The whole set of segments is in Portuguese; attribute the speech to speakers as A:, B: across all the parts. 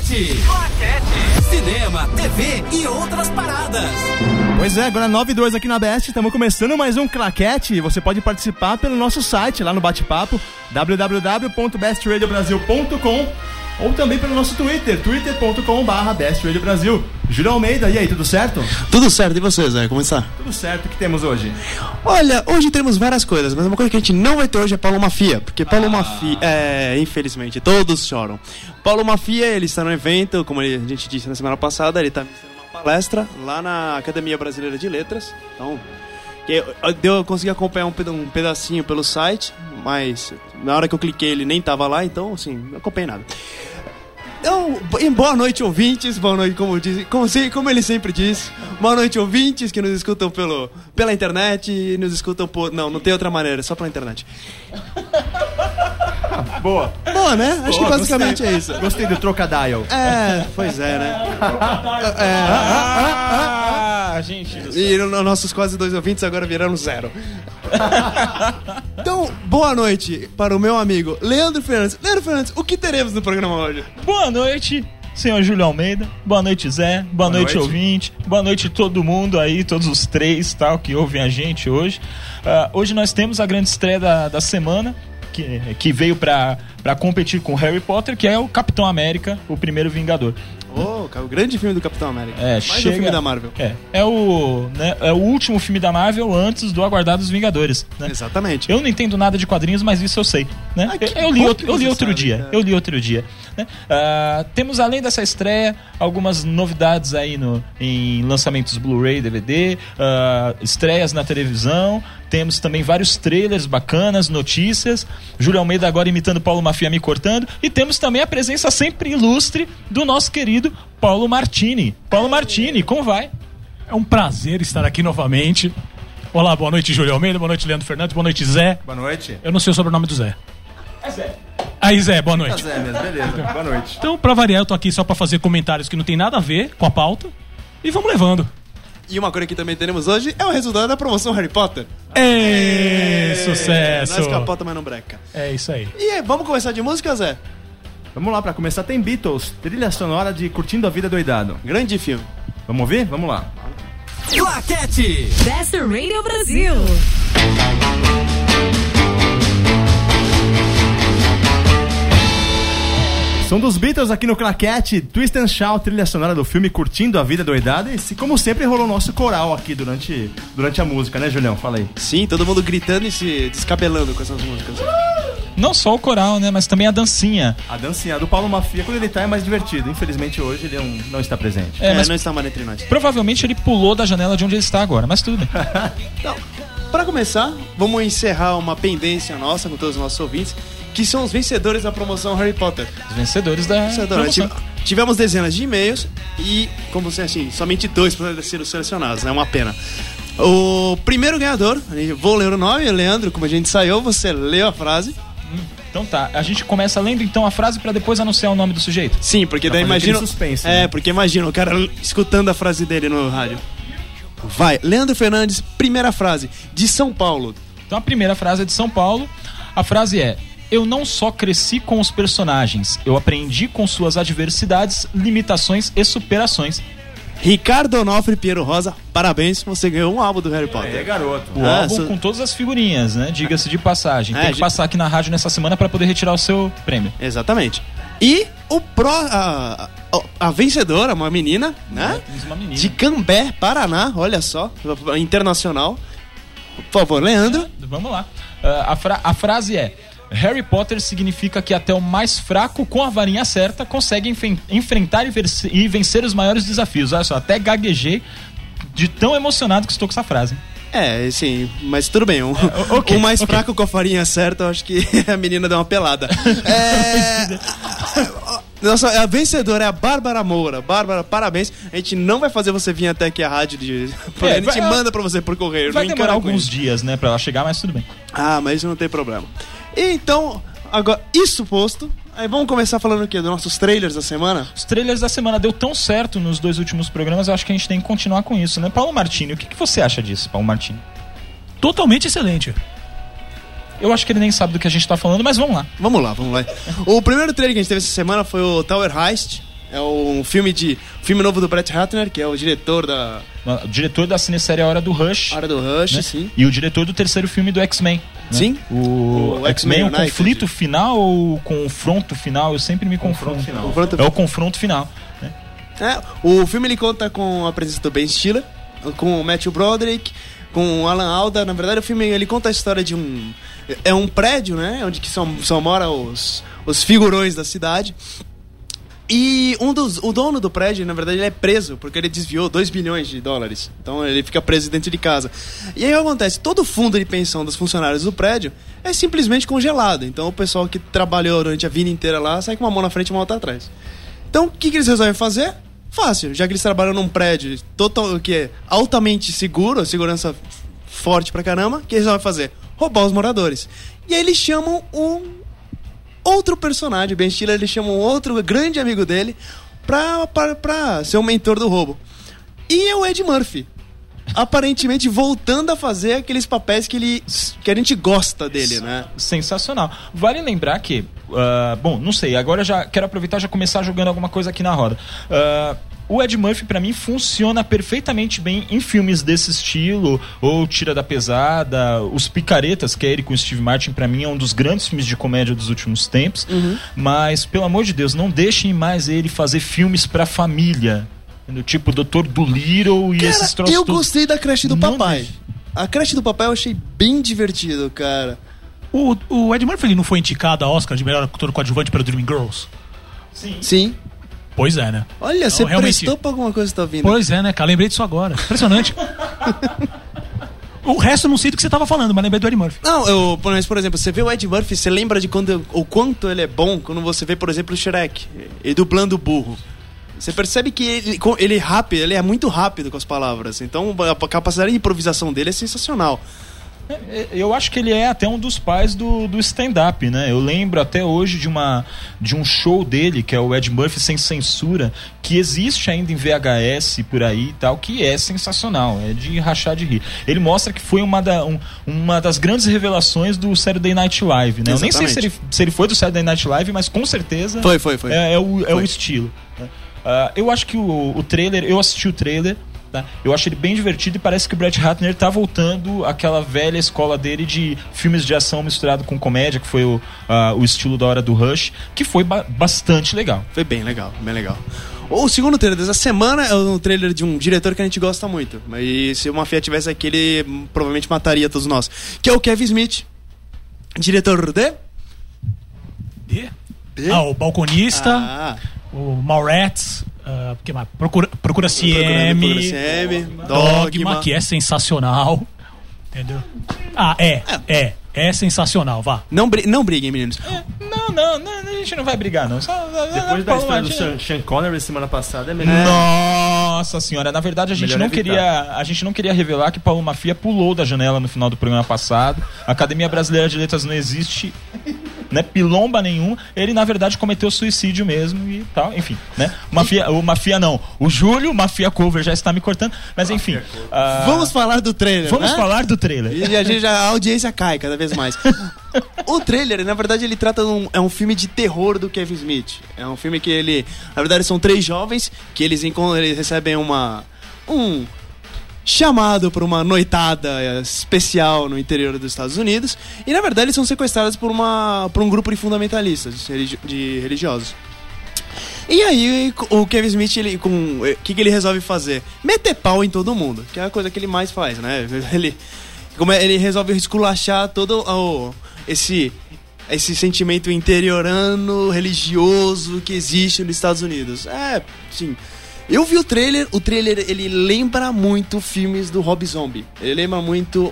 A: Claquete. Cinema, TV e outras paradas.
B: Pois é, agora 9:02 aqui na Best, estamos começando mais um Claquete. Você pode participar pelo nosso site, lá no bate-papo, www.bestradiobrasil.com, ou também pelo nosso Twitter, twitter.com/bestradiobrasil. Júlio Almeida, e aí, tudo certo?
C: Tudo certo, e você, Zé? Como está?
B: Tudo certo, o que temos hoje?
C: Olha, hoje temos várias coisas, mas uma coisa que a gente não vai ter hoje é Paulo Mafia, porque Paulo Mafia, infelizmente, todos choram. Paulo Mafia, ele está no evento, como a gente disse na semana passada, ele está ministrando uma palestra lá na Academia Brasileira de Letras. Então, eu consegui acompanhar um pedacinho pelo site, mas na hora que eu cliquei ele nem estava lá, então, assim, não acompanhei nada. Então, boa noite, ouvintes, boa noite, como ele sempre diz, boa noite, ouvintes que nos escutam pela internet e nos escutam por... Não tem outra maneira, é só pela internet.
B: Boa,
C: né? Acho que basicamente
B: gostei.
C: É isso.
B: Gostei do trocadilho.
C: Pois é, né?
D: Gente do céu.
C: E nossos quase 2 ouvintes agora viraram 0. Então, boa noite para o meu amigo Leandro Fernandes. Leandro Fernandes, o que teremos no programa hoje?
D: Boa noite, senhor Júlio Almeida. Boa noite, Zé. Boa noite, ouvinte. Boa noite, todo mundo aí, todos os 3 tal, que ouvem a gente hoje. Hoje nós temos a grande estreia da semana, que veio pra competir com Harry Potter, que é o Capitão América, o primeiro Vingador.
C: O grande filme do Capitão América.
D: Mais
C: um filme da Marvel.
D: É o último filme da Marvel antes do aguardado dos Vingadores, né?
C: Exatamente.
D: Eu não entendo nada de quadrinhos, mas isso eu sei, né? Eu li outro dia. Né? Temos, além dessa estreia, algumas novidades aí em lançamentos Blu-ray, DVD, estreias na televisão. Temos também vários trailers bacanas, notícias. Júlio Almeida agora imitando Paulo Mafia me cortando. E temos também a presença sempre ilustre do nosso querido Paulo Martini. Paulo Martini, como vai?
E: É um prazer estar aqui novamente. Olá, boa noite, Júlio Almeida, boa noite, Leandro Fernandes, boa noite, Zé.
B: Boa noite.
E: Eu não sei o sobrenome do Zé.
D: É Zé.
E: Aí, Zé, boa noite.
B: É Zé mesmo, beleza. Boa noite.
E: Então, pra variar, eu tô aqui só pra fazer comentários que não tem nada a ver com a pauta. E vamos levando.
C: E uma coisa que também teremos hoje é o resultado da promoção Harry Potter.
E: Sucesso!
C: Nós capota, mas não breca.
E: É isso aí.
C: E vamos começar de música, Zé?
B: Vamos lá, pra começar tem Beatles, trilha sonora de Curtindo a Vida Doidado.
C: Grande filme.
B: Vamos ouvir? Vamos lá.
A: Claquete.
F: Best Radio Brasil.
B: Som dos Beatles aqui no Claquete, Twist and Shout, trilha sonora do filme Curtindo a Vida Doidada. E como sempre rolou o nosso coral aqui durante a música, né, Julião? Fala aí.
C: Sim, todo mundo gritando e se descabelando com essas músicas.
D: Não só o coral, né, mas também a dancinha.
B: A dancinha do Paulo Mafia, quando ele tá, é mais divertido. Infelizmente hoje ele não está presente.
C: Mas não está mais entre nós.
D: Provavelmente ele pulou da janela de onde ele está agora, mas tudo bem.
C: Então, para começar, vamos encerrar uma pendência nossa com todos os nossos ouvintes, que são os vencedores da promoção Harry Potter.
D: Os vencedores da promoção.
C: Tivemos dezenas de e-mails e, como você assim, somente 2 podem ser selecionados, é uma pena. O primeiro ganhador, vou ler o nome, Leandro, como a gente ensaiou, você leu a frase.
D: Então tá, a gente começa lendo então a frase pra depois anunciar o nome do sujeito?
C: Sim, porque daí imagina...
B: suspense, né?
C: Porque imagina o cara escutando a frase dele no rádio. Vai, Leandro Fernandes, primeira frase, de São Paulo.
D: Então a primeira frase é de São Paulo, a frase é: eu não só cresci com os personagens, eu aprendi com suas adversidades, limitações e superações.
C: Ricardo Onofre Piero Rosa, parabéns, você ganhou um álbum do Harry Potter.
B: É, garoto.
D: O álbum com todas as figurinhas, né? Diga-se de passagem. Tem que passar aqui na rádio nessa semana pra poder retirar o seu prêmio.
C: Exatamente. E a vencedora, uma menina, né?
D: Uma menina.
C: De Cambé, Paraná, olha só, internacional. Por favor, Leandro.
D: Vamos lá. A frase é: Harry Potter significa que até o mais fraco com a varinha certa consegue enfrentar e vencer os maiores desafios. Olha só, até gaguejei de tão emocionado que estou com essa frase.
C: Sim, mas tudo bem. O mais fraco com a farinha certa, eu acho que a menina deu uma pelada. Nossa, a vencedora é a Bárbara Moura. Bárbara, parabéns. A gente não vai fazer você vir até aqui a rádio. A gente manda pra você por correio.
D: Vai demorar alguns dias, né, pra ela chegar, mas tudo bem.
C: Mas isso não tem problema. Então, agora, isso posto, aí vamos começar falando o quê? Dos nossos trailers da semana?
D: Os trailers da semana deu tão certo nos 2 últimos programas, eu acho que a gente tem que continuar com isso, né? Paulo Martini, o que você acha disso, Paulo Martini?
E: Totalmente excelente.
D: Eu acho que ele nem sabe do que a gente tá falando, mas vamos lá.
C: Vamos lá. O primeiro trailer que a gente teve essa semana foi o Tower Heist, É um filme novo do Brett Ratner, que é o diretor da...
D: O diretor da cinesérie A Hora do Rush.
C: Hora do Rush,
D: né?
C: sim.
D: E o diretor do terceiro filme do X-Men. Né?
C: Sim.
D: O X-Men, o conflito final ou o confronto final? Eu sempre me confundo. É o confronto final. Né?
C: O filme ele conta com a presença do Ben Stiller, com o Matthew Broderick, com o Alan Alda. Na verdade, o filme ele conta a história de um... É um prédio, né? Onde que só mora os figurões da cidade. E o dono do prédio, na verdade, ele é preso porque ele desviou $2 bilhões. Então ele fica preso dentro de casa. E aí o que acontece? Todo o fundo de pensão dos funcionários do prédio é simplesmente congelado. Então o pessoal que trabalhou durante a vida inteira lá sai com uma mão na frente e uma outra atrás. Então o que eles resolvem fazer? Fácil, já que eles trabalham num prédio que é altamente seguro, segurança forte pra caramba, o que eles resolvem fazer? Roubar os moradores. E aí eles chamam outro personagem, Ben Stiller, ele chama um outro grande amigo dele pra ser o mentor do roubo. E é o Ed Murphy. Aparentemente voltando a fazer aqueles papéis que a gente gosta dele, né?
D: Sensacional. Vale lembrar que, bom, não sei, agora já quero aproveitar e já começar jogando alguma coisa aqui na roda. O Ed Murphy, pra mim, funciona perfeitamente bem em filmes desse estilo, ou Tira da Pesada, Os Picaretas, que é ele com o Steve Martin, pra mim é um dos grandes filmes de comédia dos últimos tempos. Mas, pelo amor de Deus, não deixem mais ele fazer filmes pra família, do tipo Dr. Dolittle e esses troços.
C: Eu gostei da creche do papai. A creche do papai eu achei bem divertido, cara.
E: O Ed Murphy ele não foi indicado a Oscar de melhor ator coadjuvante pelo Dreamgirls?
C: Sim.
E: Pois é, né?
C: Olha, então, você realmente... prestou pra alguma coisa que você tá ouvindo.
E: Pois é, né, cara? Lembrei disso agora. Impressionante. O resto eu não sei do que você tava falando, mas lembrei do Ed Murphy.
C: Não, mas por exemplo, você vê o Ed Murphy, você lembra de o quanto ele é bom quando você vê, por exemplo, o Shrek, ele dublando o burro. Você percebe que ele é muito rápido com as palavras. Então a capacidade de improvisação dele é sensacional.
D: Eu acho que ele é até um dos pais do stand-up, né? Eu lembro até hoje de um show dele, que é o Ed Murphy Sem Censura, que existe ainda em VHS por aí e tal, que é sensacional, é de rachar de rir. Ele mostra que foi uma das grandes revelações do Saturday Night Live, né?
C: Exatamente.
D: Eu nem sei se ele foi do Saturday Night Live, mas com certeza
C: foi.
D: É o estilo. Né? Eu acho que o trailer, eu assisti o trailer, tá? Eu acho ele bem divertido e parece que o Brett Ratner tá voltando àquela velha escola dele de filmes de ação misturado com comédia, que foi o estilo da Hora do Rush, que foi bastante legal.
C: Foi bem legal, bem legal. O segundo trailer dessa semana é um trailer de um diretor que a gente gosta muito. Mas se o Mafia tivesse aqui, ele provavelmente mataria todos nós. Que é o Kevin Smith, diretor de...
E: O Balconista... O Mallrats, que mais? Procura CM, Dogma, que é sensacional. Entendeu? É sensacional, vá.
C: Não briguem, meninos.
D: Não, a gente não vai brigar, não.
B: Depois da história do Sean Connery semana passada, é melhor.
D: Nossa senhora, na verdade a gente não queria revelar que Paulo Mafia pulou da janela no final do programa passado. A Academia Brasileira de Letras não existe, né? Pilomba nenhum. Ele na verdade cometeu suicídio mesmo e tal, enfim, né? O Júlio, Mafia Cover já está me cortando, mas enfim.
C: Vamos falar do trailer.
D: Vamos falar do trailer.
C: E a audiência cai cada vez mais. O trailer, na verdade, ele trata é um filme de terror do Kevin Smith. É um filme que na verdade, são 3 jovens que eles recebem um chamado para uma noitada especial no interior dos Estados Unidos. E, na verdade, eles são sequestrados por um grupo de fundamentalistas religiosos. E aí, o Kevin Smith, o que ele resolve fazer? Meter pau em todo mundo, que é a coisa que ele mais faz, né? Ele resolve esculachar todo esse sentimento interiorano, religioso que existe nos Estados Unidos. Sim. Eu vi o trailer ele lembra muito filmes do Rob Zombie. Ele lembra muito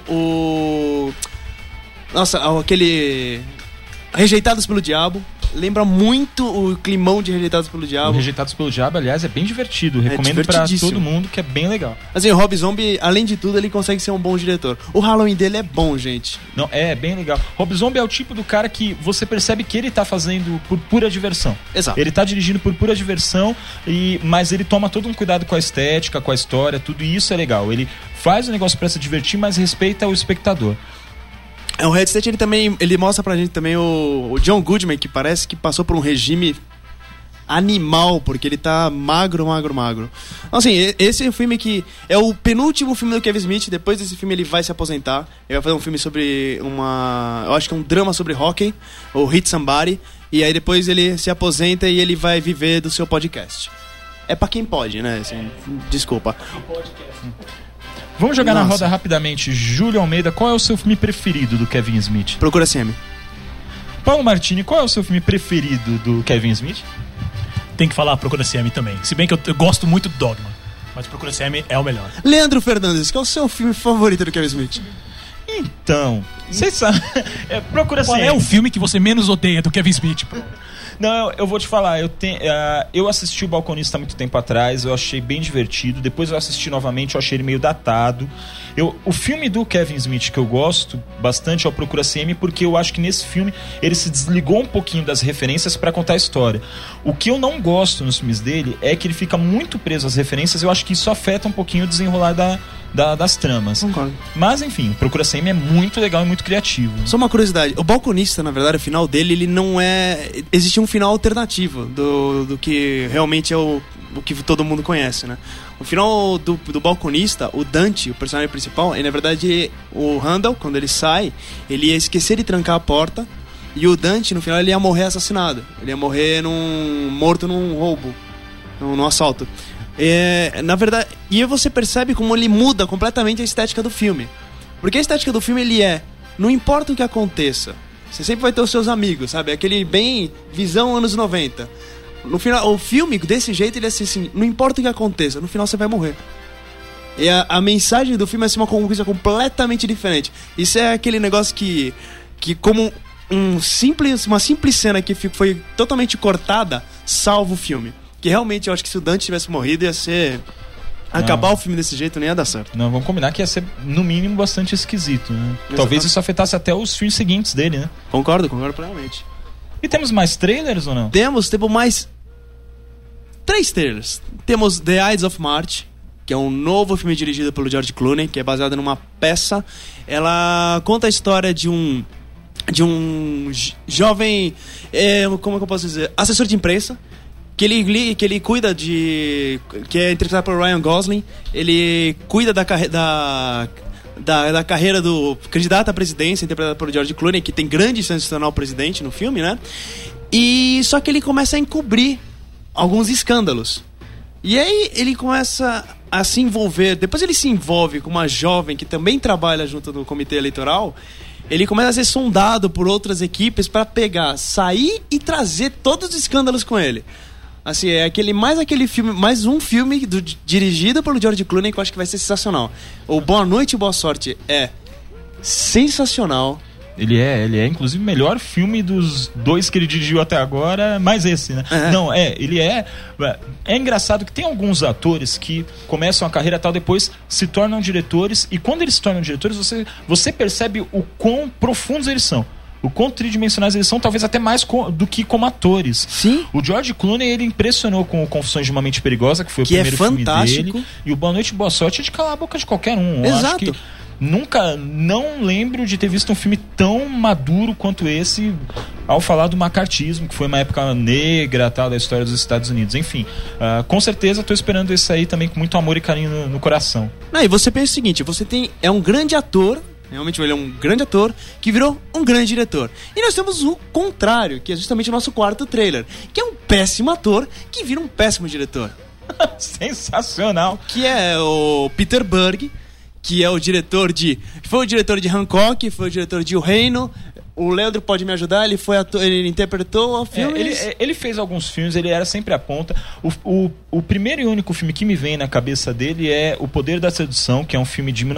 C: aquele Rejeitados pelo Diabo. Lembra muito o climão de Rejeitados pelo Diabo.
D: O Rejeitados pelo Diabo, aliás, é bem divertido. Recomendo pra todo mundo, que é bem legal.
C: Assim, o Rob Zombie, além de tudo, ele consegue ser um bom diretor. O Halloween dele é bom, gente.
D: Não, é bem legal. Rob Zombie é o tipo do cara que você percebe que ele tá fazendo por pura diversão.
C: Exato.
D: Ele tá dirigindo por pura diversão, mas ele toma todo um cuidado com a estética, com a história, tudo isso é legal. Ele faz o negócio pra se divertir, mas respeita o espectador.
C: O Red State, ele mostra pra gente também o John Goodman, que parece que passou por um regime animal, porque ele tá magro. Assim, esse é um filme que é o penúltimo filme do Kevin Smith. Depois desse filme ele vai se aposentar. Ele vai fazer um filme sobre eu acho que é um drama sobre hockey, ou Hit Somebody. E aí depois ele se aposenta e ele vai viver do seu podcast. É pra quem pode, né? Assim, desculpa.
D: Vamos jogar na roda rapidamente. Júlio Almeida, qual é o seu filme preferido do Kevin Smith?
C: Procura CM.
D: Paulo Martini, qual é o seu filme preferido do Kevin Smith?
E: Tem que falar Procura CM também. Se bem que eu gosto muito do Dogma, mas Procura CM é o melhor.
C: Leandro Fernandes, qual é o seu filme favorito do Kevin Smith?
D: Então, vocês sabem. Procura CM.
E: Qual é o filme que você menos odeia do Kevin Smith?
D: Não, eu vou te falar, eu assisti o Balconista há muito tempo atrás, eu achei bem divertido, depois eu assisti novamente, eu achei ele meio datado. O filme do Kevin Smith que eu gosto bastante é o Procura CM, porque eu acho que nesse filme ele se desligou um pouquinho das referências pra contar a história. O que eu não gosto nos filmes dele é que ele fica muito preso às referências, eu acho que isso afeta um pouquinho o desenrolar das tramas.
C: Concordo.
D: Mas enfim, o Procura CM é muito legal e muito criativo.
C: Só uma curiosidade, o Balconista, na verdade, o final dele, ele não é... Existe um final alternativo do que realmente é o que todo mundo conhece, né? O final do Balconista, o Dante, o personagem principal, na verdade, o Randall, quando ele sai, ele ia esquecer de trancar a porta, e o Dante, no final, ele ia morrer assassinado. Ele ia morrer morto num roubo, num assalto. Na verdade, e aí você percebe como ele muda completamente a estética do filme. Porque a estética do filme, não importa o que aconteça, você sempre vai ter os seus amigos, sabe? Aquele bem visão anos 90. No final, o filme, desse jeito, ele é assim, não importa o que aconteça, no final você vai morrer. E a mensagem do filme é assim, uma coisa completamente diferente. Isso é aquele negócio que como uma simples cena que foi totalmente cortada, salva o filme. Que realmente eu acho que se o Dante tivesse morrido ia ser... Acabar o filme desse jeito nem ia dar certo.
D: Não, vamos combinar que ia ser, no mínimo, bastante esquisito, né? Talvez isso afetasse até os filmes seguintes dele, né?
C: Concordo plenamente.
D: E temos mais trailers ou não?
C: Temos mais 3 trailers. Temos The Ides of March, que é um novo filme dirigido pelo George Clooney, que é baseado numa peça. Ela conta a história de um jovem, como é que eu posso dizer, assessor de imprensa, que ele cuida que é interpretado por Ryan Gosling. Ele cuida da carreira do candidato à presidência, interpretado por George Clooney, que tem grande chance de se tornar o presidente no filme, né? E só que ele começa a encobrir alguns escândalos. E aí ele começa a se envolver. Depois ele se envolve com uma jovem que também trabalha junto no comitê eleitoral. Ele começa a ser sondado por outras equipes para sair e trazer todos os escândalos com ele. Assim, mais um filme dirigido pelo George Clooney que eu acho que vai ser sensacional. O Boa Noite e Boa Sorte é sensacional.
D: Ele é inclusive o melhor filme dos 2 que ele dirigiu até agora, mais esse, né? Não, ele é engraçado que tem alguns atores que começam a carreira tal, depois se tornam diretores, e quando eles se tornam diretores, você percebe o quão profundos eles são. O quão tridimensionais eles são, talvez até mais do que como atores.
C: Sim.
D: O George Clooney, ele impressionou com o Confissões de uma Mente Perigosa, que foi o primeiro filme dele. E o Boa Noite e Boa Sorte é de calar a boca de qualquer um.
C: Exato.
D: Eu acho que não lembro de ter visto um filme tão maduro quanto esse ao falar do macartismo, que foi uma época negra, tal, da história dos Estados Unidos. Enfim, com certeza estou esperando esse aí também com muito amor e carinho no coração.
C: E você pensa o seguinte, é um grande ator. Realmente ele é um grande ator que virou um grande diretor. E nós temos o contrário, que é justamente o nosso quarto trailer, que é um péssimo ator que vira um péssimo diretor.
D: Sensacional.
C: Que é o Peter Berg, que é o diretor foi o diretor de Hancock, foi o diretor de O Reino. O Leandro pode me ajudar, ele interpretou filmes.
D: Ele fez alguns filmes, ele era sempre a ponta. O primeiro e único filme que me vem na cabeça dele é O Poder da Sedução, que é um filme de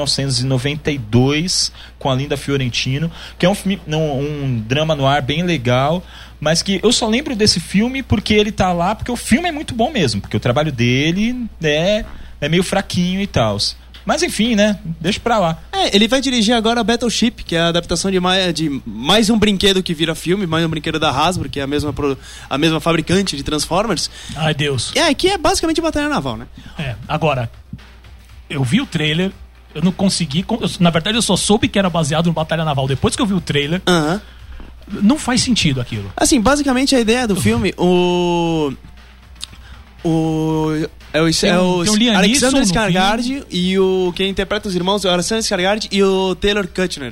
D: 1992 com a Linda Fiorentino, que é um drama no ar bem legal, mas que eu só lembro desse filme porque ele tá lá, porque o filme é muito bom mesmo, porque o trabalho dele é meio fraquinho e tal. Mas enfim, né? Deixa pra lá.
C: Ele vai dirigir agora a Battleship, que é a adaptação de mais um brinquedo que vira filme, mais um brinquedo da Hasbro, que é a mesma fabricante de Transformers.
E: Ai, Deus.
C: Que é basicamente batalha naval, né?
E: Agora, eu vi o trailer, eu não consegui... Na verdade, eu só soube que era baseado no Batalha Naval. Depois que eu vi o trailer, não faz sentido aquilo.
C: Assim, basicamente a ideia do filme,
E: tem o Liam
C: Alexander
E: Neeson no
C: Skarsgård e quem interpreta os irmãos é o Alexander Skarsgård e o Taylor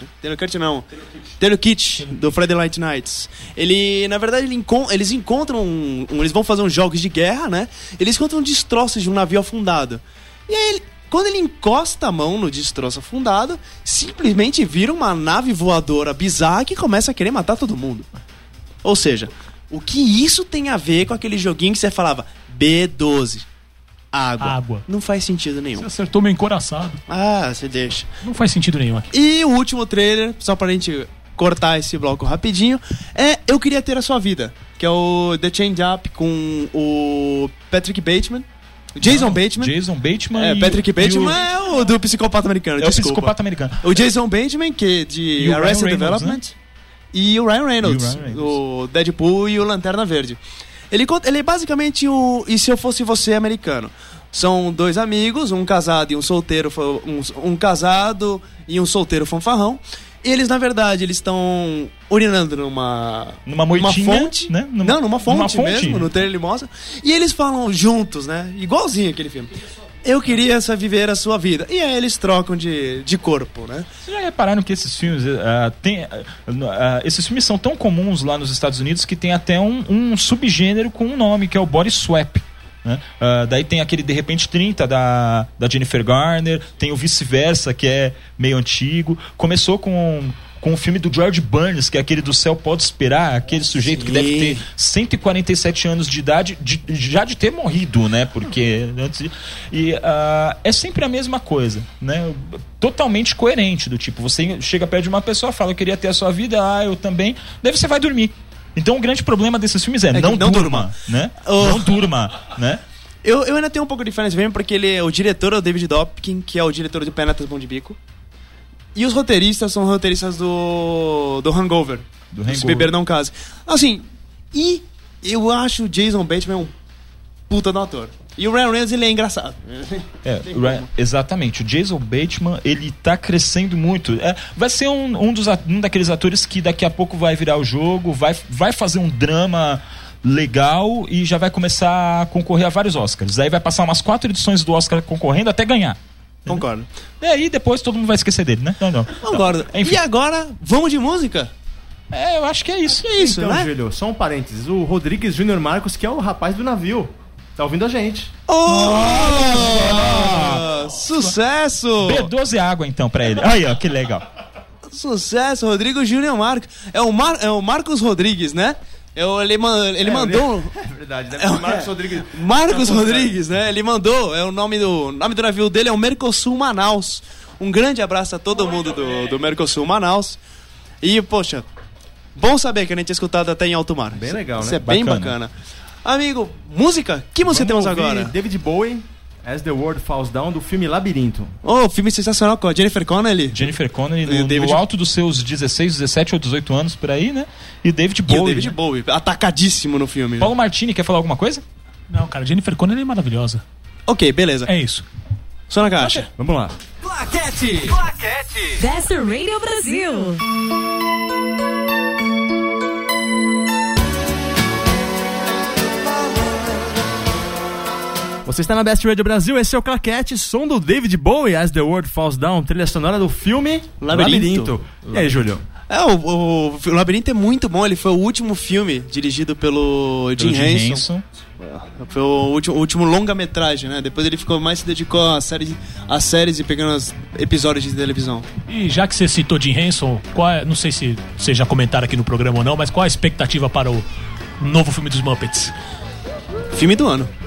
C: Kitsch, do Friday Night Nights. Ele, na verdade, eles encontram eles vão fazer uns jogos de guerra, né? Eles encontram destroços de um navio afundado. E aí, quando ele encosta a mão no destroço afundado, simplesmente vira uma nave voadora bizarra que começa a querer matar todo mundo. Ou seja, o que isso tem a ver com aquele joguinho que você falava B12? Água. Não faz sentido nenhum.
E: Você acertou meu encoraçado.
C: Ah, você deixa.
E: Não faz sentido nenhum aqui.
C: E o último trailer, só pra gente cortar esse bloco rapidinho, é Eu Queria Ter a Sua Vida, que é o The Change Up com o Patrick Bateman. Jason Bateman. Patrick Bateman é o do Psicopata Americano.
D: É o Psicopata Americano.
C: O Jason Bateman, que é de Arrested Development. Né? E o Ryan Reynolds, o Deadpool e o Lanterna Verde. Ele é basicamente o E Se Eu Fosse Você americano. São dois amigos, um casado e um solteiro, um casado e um solteiro fanfarrão. E eles, na verdade, eles estão urinando numa fonte,
D: né?
C: Numa fonte mesmo, no trailer ele mostra. E eles falam juntos, né? Igualzinho aquele filme. Eu queria viver a sua vida. E aí eles trocam de corpo, né?
D: Vocês já repararam que esses filmes esses filmes são tão comuns lá nos Estados Unidos que tem até um subgênero com um nome, que é o body swap. Né? Daí tem aquele De Repente 30 da Jennifer Garner, tem o Vice-Versa, que é meio antigo. Começou com o filme do George Burns, que é aquele do Céu Pode Esperar, aquele sujeito que deve ter 147 anos de idade, já de ter morrido, né? Porque antes é sempre a mesma coisa, né? Totalmente coerente, do tipo, você chega perto de uma pessoa, fala, eu queria ter a sua vida, eu também, daí você vai dormir. Então o grande problema desses filmes é não durma, né? Não durma, né?
C: Eu ainda tenho um pouco de diferença mesmo, porque o diretor é o David Dobkin, que é o diretor de Penetras Bom de Bico. E os roteiristas são roteiristas do Hangover. Se Beber Não Case. Assim, e eu acho o Jason Bateman um puta do ator. E o Ryan Reynolds, ele é engraçado.
D: Exatamente. O Jason Bateman, ele tá crescendo muito. Vai ser um daqueles atores que daqui a pouco vai virar o jogo, vai fazer um drama legal e já vai começar a concorrer a vários Oscars. Aí vai passar umas 4 edições do Oscar concorrendo até ganhar.
C: Concordo.
D: E aí depois todo mundo vai esquecer dele, né? Não.
C: Concordo. E agora, vamos de música?
D: Eu acho que é isso.
C: É isso,
B: então,
C: né?
B: Júlio, só um parênteses. O Rodrigues Júnior Marcos, que é o rapaz do navio, tá ouvindo a gente.
C: Sucesso!
D: B12 água então pra ele. Aí, ó, que legal.
C: Sucesso, Rodrigo Júnior Marcos. É o Marcos Rodrigues, né? Ele mandou.
B: É verdade, deve ser Marcos Rodrigues.
C: Marcos Rodrigues, né? Ele mandou. O nome do navio dele é o Mercosul Manaus. Um grande abraço a todo mundo do Mercosul Manaus. E, poxa, bom saber que a gente é escutado até em alto mar.
B: Bem legal, né?
C: Isso é bem bacana. Amigo, música? Que música temos agora?
B: David Bowie, As the World Falls Down, do filme Labirinto.
C: Filme sensacional com a Jennifer Connelly.
D: No alto dos seus 16, 17 ou 18 anos por aí, né? E David Bowie.
C: Atacadíssimo no filme.
D: Paulo Martini, quer falar alguma coisa?
E: Não, cara, Jennifer Connelly é maravilhosa.
C: Ok, beleza.
E: É isso.
C: Só na caixa.
B: Okay. Vamos lá.
A: Claquete.
F: That's the Radio Brasil.
B: Você está na Best Radio Brasil, esse é o Claquete, som do David Bowie, As the World Falls Down, trilha sonora do filme Labirinto. E aí, Júlio?
C: O Labirinto é muito bom, ele foi o último filme dirigido pelo Jim Henson. Foi o último longa-metragem, né? Depois ele mais se dedicou a séries e pequenos episódios de televisão.
E: E já que você citou Jim Henson, não sei se vocês já comentaram aqui no programa ou não, mas qual a expectativa para o novo filme dos Muppets?
C: Filme do ano.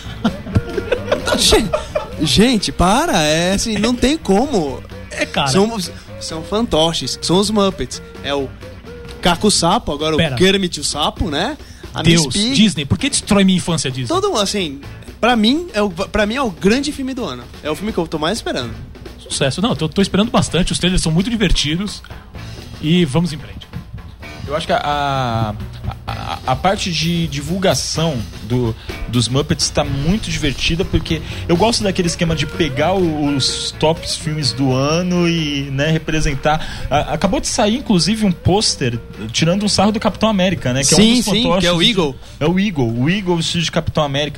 C: Gente, para, assim, não tem como.
E: Cara.
C: São fantoches, são os Muppets. É o Caco Sapo, agora o Kermit o Sapo, né?
E: Deus, Disney, por que destrói minha infância, Disney?
C: Todo mundo, assim, pra mim é o grande filme do ano. É o filme que eu tô mais esperando.
E: Sucesso. Não, tô esperando bastante, os trailers são muito divertidos. E vamos em frente.
D: Eu acho que a a parte de divulgação dos Muppets está muito divertida, porque eu gosto daquele esquema de pegar os tops filmes do ano e, né, representar. Acabou de sair, inclusive, um pôster tirando um sarro do Capitão América, né? Que
C: Sim,
D: é um dos fantoches.
C: que é o Eagle.
D: É o Eagle vestido de Capitão América.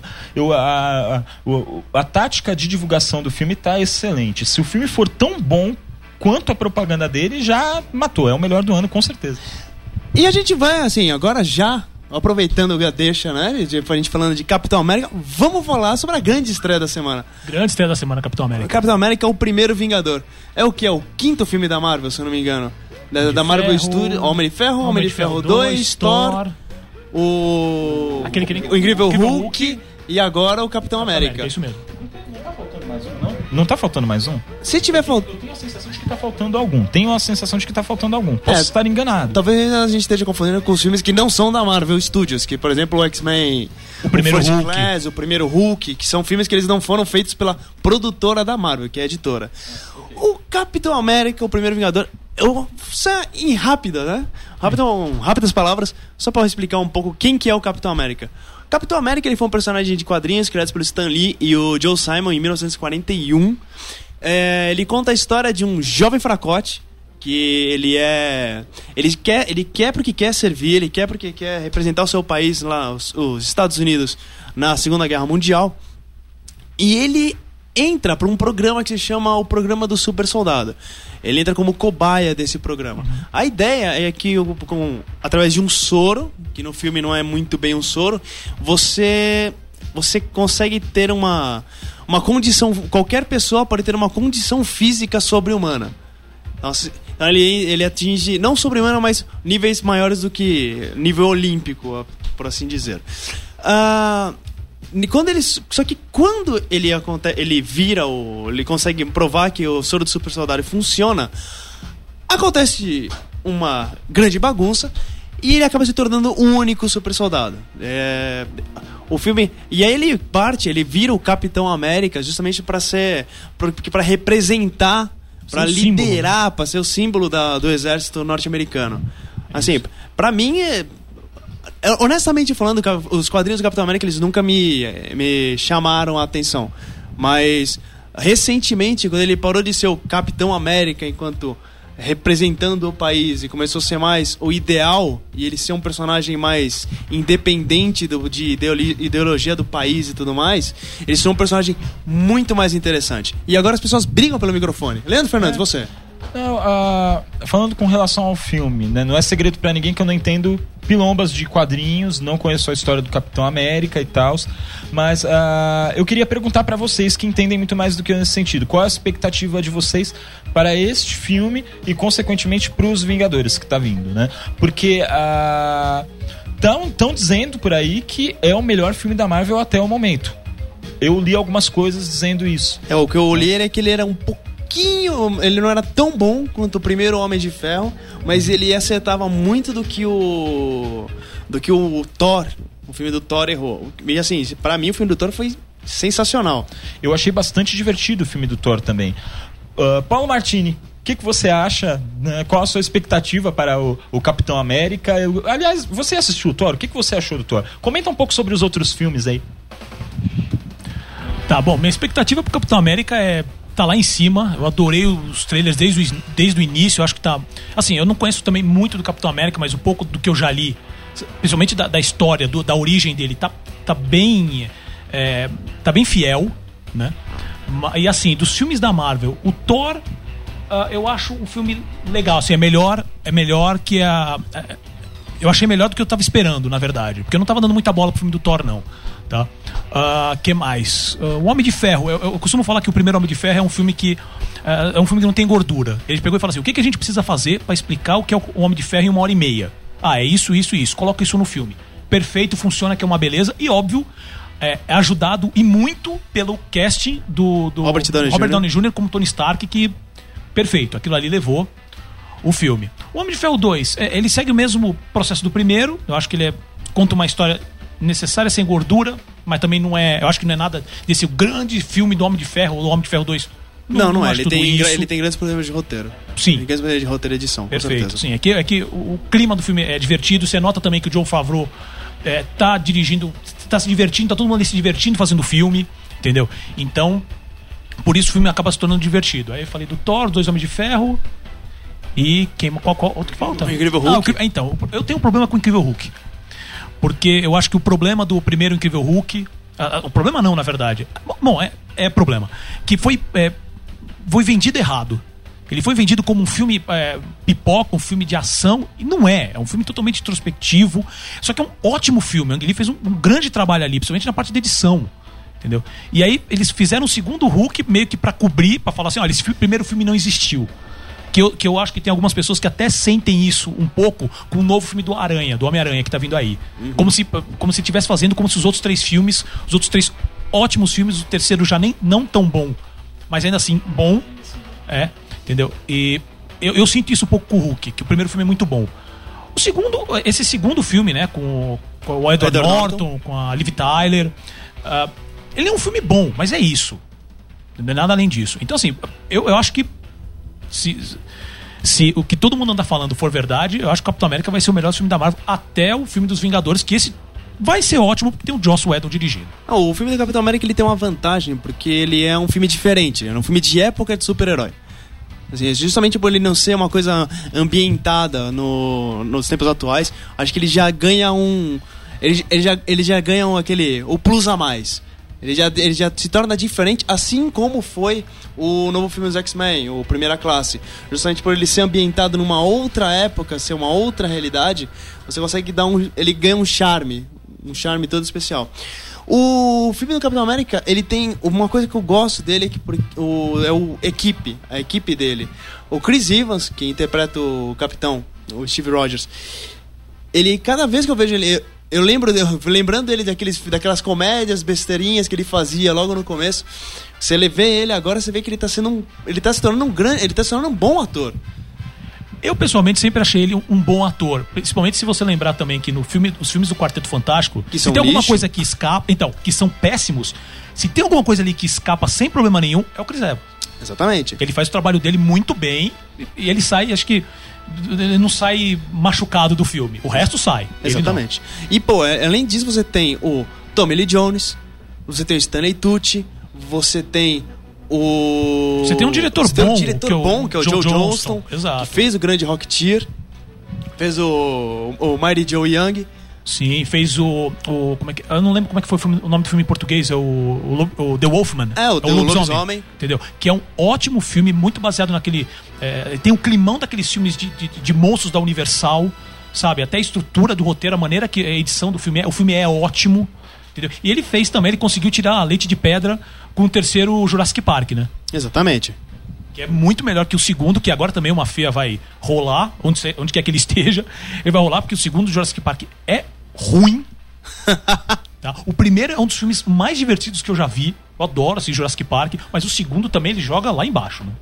D: A tática de divulgação do filme tá excelente. Se o filme for tão bom quanto a propaganda dele, já matou. É o melhor do ano, com certeza.
C: E a gente vai, assim, agora já, aproveitando a deixa, né? A gente falando de Capitão América, vamos falar sobre a grande estreia da semana.
E: Grande estreia da semana, Capitão América.
C: Capitão América é o primeiro Vingador. É o que? É o quinto filme da Marvel, se eu não me engano. Da Marvel Studios. Homem de Ferro, Homem de Ferro 2, Thor, o Incrível Hulk e agora o Capitão América.
E: É isso mesmo.
D: Não tá faltando mais um?
C: Se tiver faltando...
D: Eu tenho a sensação de que tá faltando algum. Posso estar enganado.
C: Talvez a gente esteja confundindo com os filmes que não são da Marvel Studios, que, por exemplo, o X-Men,
E: o primeiro
C: First
E: Hulk.
C: Class, o primeiro Hulk, que são filmes que eles não foram feitos pela produtora da Marvel, que é a editora. O Capitão América, o primeiro Vingador... em rápida, né? Rápidas palavras, só para explicar um pouco quem que é o Capitão América. O Capitão América, ele foi um personagem de quadrinhos criado pelo Stan Lee e o Joe Simon em 1941. Ele conta a história de um jovem fracote que ele quer porque quer servir, ele quer porque quer representar o seu país lá, os Estados Unidos, na Segunda Guerra Mundial. E ele entra para um programa que se chama o Programa do Super Soldado. Ele entra como cobaia desse programa. A ideia é que, através de um soro, que no filme não é muito bem um soro, você consegue ter uma condição... Qualquer pessoa pode ter uma condição física sobre-humana. Então ele atinge, não sobre-humana, mas níveis maiores do que nível olímpico, por assim dizer. Só que quando ele consegue provar que o soro do super soldado funciona, acontece uma grande bagunça e ele acaba se tornando o único super soldado. O filme, e aí ele vira o Capitão América justamente para representar, para liderar, para ser o símbolo do exército norte-americano. Assim, para mim honestamente falando, os quadrinhos do Capitão América, eles nunca me chamaram a atenção. Mas, recentemente, quando ele parou de ser o Capitão América enquanto representando o país e começou a ser mais o ideal, e ele ser um personagem mais independente de ideologia do país e tudo mais, ele ser um personagem muito mais interessante. E agora as pessoas brigam pelo microfone. Leandro Fernandes, você...
D: Não, falando com relação ao filme, né, não é segredo pra ninguém que eu não entendo pilombas de quadrinhos, não conheço a história do Capitão América e tal, mas eu queria perguntar pra vocês que entendem muito mais do que eu nesse sentido, qual é a expectativa de vocês para este filme e consequentemente pros Vingadores que tá vindo, né? Porque estão dizendo por aí que é o melhor filme da Marvel até o momento. Eu li algumas coisas dizendo isso.
C: O que eu li é que ele era um pouquinho... Ele não era tão bom quanto o primeiro Homem de Ferro, mas ele acertava muito do que o Thor, o filme do Thor, errou. E assim, pra mim o filme do Thor foi sensacional.
D: Eu achei bastante divertido o filme do Thor também. Paulo Martini, o que você acha? Né? Qual a sua expectativa para o Capitão América? Aliás, você assistiu o Thor? O que você achou do Thor? Comenta um pouco sobre os outros filmes aí.
E: Tá bom, minha expectativa pro Capitão América tá lá em cima. Eu adorei os trailers desde o início. Eu acho que tá... Assim, eu não conheço também muito do Capitão América, mas um pouco do que eu já li, principalmente da história, da origem dele, tá bem fiel, né? E assim, dos filmes da Marvel, o Thor, eu acho um filme legal. Assim, é melhor que eu achei melhor do que eu tava esperando, na verdade. Porque eu não tava dando muita bola pro filme do Thor, não. Tá? Que mais? O Homem de Ferro, eu costumo falar que o primeiro Homem de Ferro é um filme que não tem gordura. Ele pegou e falou assim: o que a gente precisa fazer para explicar o que é o Homem de Ferro em 1h30? É isso, coloca isso no filme. Perfeito, funciona, que é uma beleza. E óbvio, é ajudado e muito pelo casting do
C: Robert
E: Downey Jr. como Tony Stark, que perfeito, aquilo ali levou o filme. O Homem de Ferro 2, ele segue o mesmo processo do primeiro. Eu acho que ele conta uma história necessária, sem gordura, mas também não é... Eu acho que não é nada desse grande filme do Homem de Ferro, ou do Homem de Ferro 2
C: Não é.
E: acho
C: Ele
E: tudo isso.
C: tem grandes problemas de roteiro.
E: Sim.
C: Tem grandes problemas de roteiro e edição,
E: Perfeito,
C: com certeza.
E: sim. É que o clima do filme é divertido. Você nota também que o Jon Favreau tá dirigindo, tá se divertindo, tá todo mundo ali se divertindo fazendo filme, entendeu? Então, por isso o filme acaba se tornando divertido. Aí eu falei do Thor, Dois Homens de Ferro e qual outro que falta?
C: O Incrível Hulk.
E: Então, eu tenho um problema com o Incrível Hulk. Porque eu acho que o problema do primeiro Incrível Hulk... o problema não, na verdade. Bom, é problema. Que foi vendido errado. Ele foi vendido como um filme pipoca, um filme de ação, e não é. É um filme totalmente introspectivo. Só que é um ótimo filme. O Ang Lee fez um grande trabalho ali, principalmente na parte da edição. Entendeu? E aí eles fizeram um segundo Hulk meio que pra cobrir, pra falar assim, olha, esse primeiro filme não existiu. Que eu acho que tem algumas pessoas que até sentem isso um pouco com o novo filme do Homem-Aranha, que tá vindo aí. Uhum. Como se estivesse fazendo como se os outros três ótimos filmes, o terceiro já não tão bom, mas ainda assim bom, entendeu? E eu sinto isso um pouco com o Hulk, que o primeiro filme é muito bom. Esse segundo filme, né, com o Edward Norton, com a Liv Tyler, ele é um filme bom, mas é isso. Não é nada além disso. Então assim, eu acho que se o que todo mundo anda falando for verdade, eu acho que o Capitão América vai ser o melhor filme da Marvel até o filme dos Vingadores, que esse vai ser ótimo porque tem o Joss Whedon dirigindo.
C: O filme do Capitão América ele tem uma vantagem, porque ele é um filme diferente, é um filme de época de super-herói. Assim, justamente por ele não ser uma coisa ambientada nos tempos atuais, acho que ele já ganha ele já ganha o plus a mais. Ele já se torna diferente, assim como foi o novo filme dos X-Men, o Primeira Classe. Justamente por ele ser ambientado numa outra época, ser uma outra realidade, você consegue ele ganha um charme todo especial. O filme do Capitão América, ele tem uma coisa que eu gosto dele, a equipe dele. O Chris Evans, que interpreta o Capitão, o Steve Rogers, ele, cada vez que eu vejo ele... lembrando dele daquelas comédias besteirinhas que ele fazia logo no começo. Você vê ele agora, você vê que ele tá se tornando um bom ator.
E: Eu pessoalmente sempre achei ele um bom ator, principalmente se você lembrar também que os filmes do Quarteto Fantástico, se tem alguma coisa que escapa, então, que são péssimos, se tem alguma coisa ali que escapa sem problema nenhum, é o Chris Evans.
C: Exatamente.
E: Ele faz o trabalho dele muito bem e ele sai, acho que ele não sai machucado do filme. O resto sai.
C: Exatamente. E, além disso, você tem o Tommy Lee Jones, você tem o Stanley Tucci, você tem
E: Você tem um diretor
C: bom, que é o Joe Johnston,
E: exato,
C: que fez o grande Rocketeer, fez o Mighty Joe Young.
E: Sim, fez como é que, eu não lembro como é que foi o nome do filme em português, é o The Wolfman.
C: O The Lobisomem.
E: Entendeu? Que é um ótimo filme, muito baseado naquele... tem o climão daqueles filmes de monstros da Universal, sabe? Até a estrutura do roteiro, a maneira que a edição do filme é. O filme é ótimo, entendeu? E ele fez também, ele conseguiu tirar a leite de pedra com o terceiro Jurassic Park, né?
C: Exatamente.
E: Que é muito melhor que o segundo, que agora também uma feia vai rolar, onde quer que ele esteja, ele vai rolar, porque o segundo Jurassic Park é ruim. Tá? O primeiro é um dos filmes mais divertidos que eu já vi. Eu adoro assim, Jurassic Park, mas o segundo também ele joga lá embaixo, né?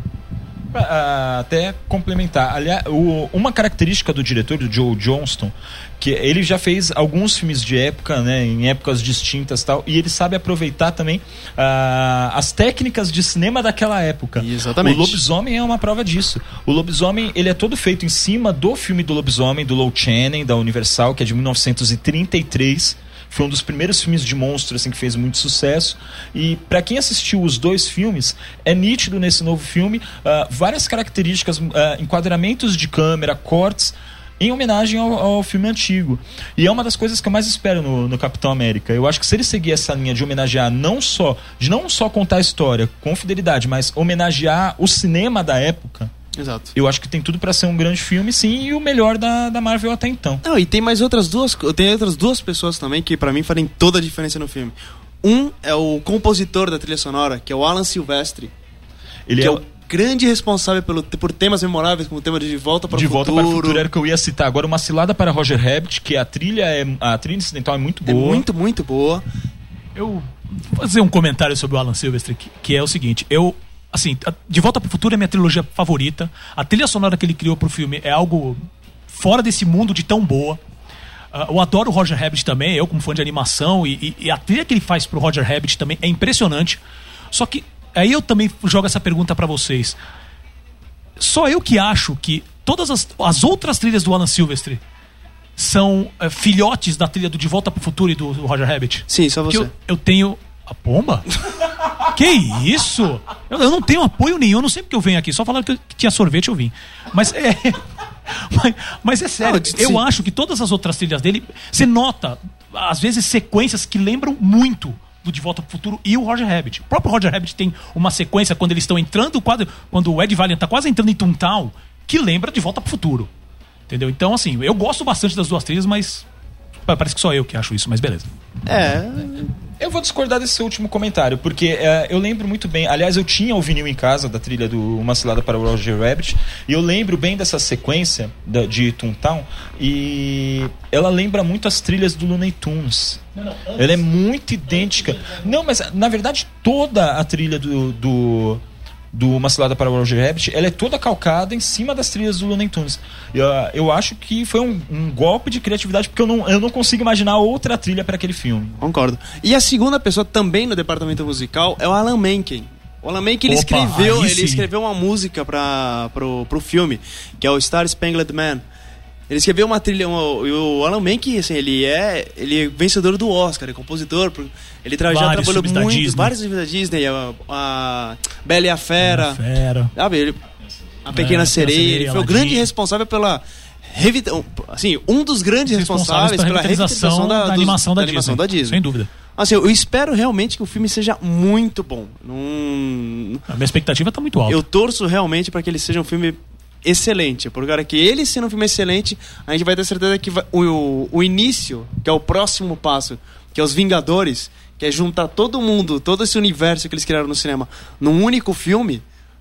D: Até complementar, aliás, uma característica do diretor, do Joe Johnston, que ele já fez alguns filmes de época, né, em épocas distintas e tal, e ele sabe aproveitar também as técnicas de cinema daquela época.
C: Exatamente.
D: O Lobisomem é uma prova disso. O Lobisomem, ele é todo feito em cima do filme do Lobisomem, do Lou Chaney, da Universal, que é de 1933. Foi um dos primeiros filmes de monstro assim, que fez muito sucesso. E para quem assistiu os dois filmes, é nítido nesse novo filme várias características, enquadramentos de câmera, cortes, em homenagem ao filme antigo. E é uma das coisas que eu mais espero no Capitão América. Eu acho que se ele seguir essa linha de homenagear não só contar a história com fidelidade, mas homenagear o cinema da época,
C: exato,
D: eu acho que tem tudo pra ser um grande filme, sim, e o melhor da Marvel até então.
C: Não, e tem mais outras duas pessoas também que pra mim fazem toda a diferença no filme. Um é o compositor da trilha sonora, que é o Alan Silvestri. Ele é o grande responsável por temas memoráveis, como o tema de Volta para o Futuro. De Volta para o Futuro
D: era o que eu ia citar. Agora, Uma Cilada para Roger Rabbit, que a trilha incidental é muito boa.
C: É muito, muito boa.
E: Eu vou fazer um comentário sobre o Alan Silvestri, que é o seguinte, assim, De Volta para o Futuro é minha trilogia favorita. A trilha sonora que ele criou pro filme é algo fora desse mundo de tão boa. Eu adoro o Roger Rabbit também, eu como fã de animação, e a trilha que ele faz pro Roger Rabbit também é impressionante. Só que aí eu também jogo essa pergunta pra vocês. Só eu que acho que todas as outras trilhas do Alan Silvestri são filhotes da trilha do De Volta pro Futuro e do Roger Rabbit?
C: Sim, só você.
E: Eu tenho... A pomba? Que isso? Eu não tenho apoio nenhum, eu não sei porque eu venho aqui. Só falaram que tinha sorvete, eu vim. Mas é... Mas é sério, eu acho que todas as outras trilhas dele, você nota, às vezes, sequências que lembram muito do De Volta pro Futuro e o Roger Rabbit. O próprio Roger Rabbit tem uma sequência quando eles estão entrando, quando o Ed Valiant tá quase entrando em Toontown, que lembra De Volta pro Futuro. Entendeu? Então, assim, eu gosto bastante das duas trilhas, mas parece que só eu que acho isso, mas beleza.
D: Eu vou discordar desse seu último comentário, porque eu lembro muito bem. Aliás, eu tinha o vinil em casa da trilha do Uma Cilada para o Roger Rabbit, e eu lembro bem dessa sequência de Toontown, e ela lembra muito as trilhas do Looney Tunes. Ela é muito idêntica. Não, mas na verdade toda a trilha do Uma Cilada para o Roger Rabbit, ela é toda calcada em cima das trilhas do Looney Tunes. Eu acho que foi um golpe de criatividade, porque eu não consigo imaginar outra trilha para aquele filme.
C: Concordo. E a segunda pessoa também no departamento musical é o Alan Menken. O Alan Menken, ele escreveu uma música pro filme, que é o Star Spangled Man. Ele escreveu uma trilha, o Alan Menken, assim, ele é vencedor do Oscar, é compositor, ele já trabalhou muito, vários filmes da Disney, a Bela e a Fera, sabe, a Pequena Sereia, ele foi o grande responsável pela assim, um dos grandes responsáveis pela revitalização da animação da Disney.
E: Sem dúvida.
C: Assim, eu espero realmente que o filme seja muito bom.
E: A minha expectativa tá muito alta.
C: Eu torço realmente para que ele seja um filme excelente, porque agora que ele sendo um filme excelente, a gente vai ter certeza que o início, que é o próximo passo, que é os Vingadores, que é juntar todo mundo, todo esse universo que eles criaram no cinema num único filme,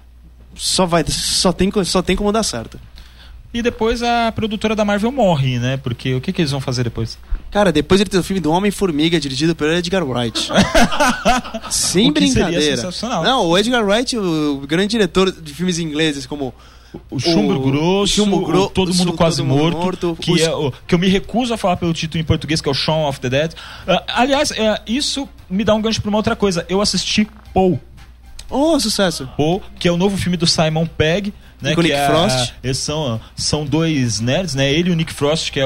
C: só tem como dar certo.
D: E depois a produtora da Marvel morre, né? Porque o que eles vão fazer depois?
C: Cara, depois ele tem o filme do Homem-Formiga, dirigido pelo Edgar Wright. Sem brincadeira.
D: Seria sensacional.
C: Não, o Edgar Wright, o grande diretor de filmes ingleses, como
D: o Chumbo Grosso, Todo Mundo Quase Morto, que eu me recuso a falar pelo título em português, que é o Shaun of the Dead. Aliás, isso me dá um gancho para uma outra coisa. Eu assisti Paul.
C: Oh, sucesso.
D: Paul, que é o novo filme do Simon Pegg, né,
C: com o Nick Frost.
D: Eles são dois nerds, né? Ele e o Nick Frost, que é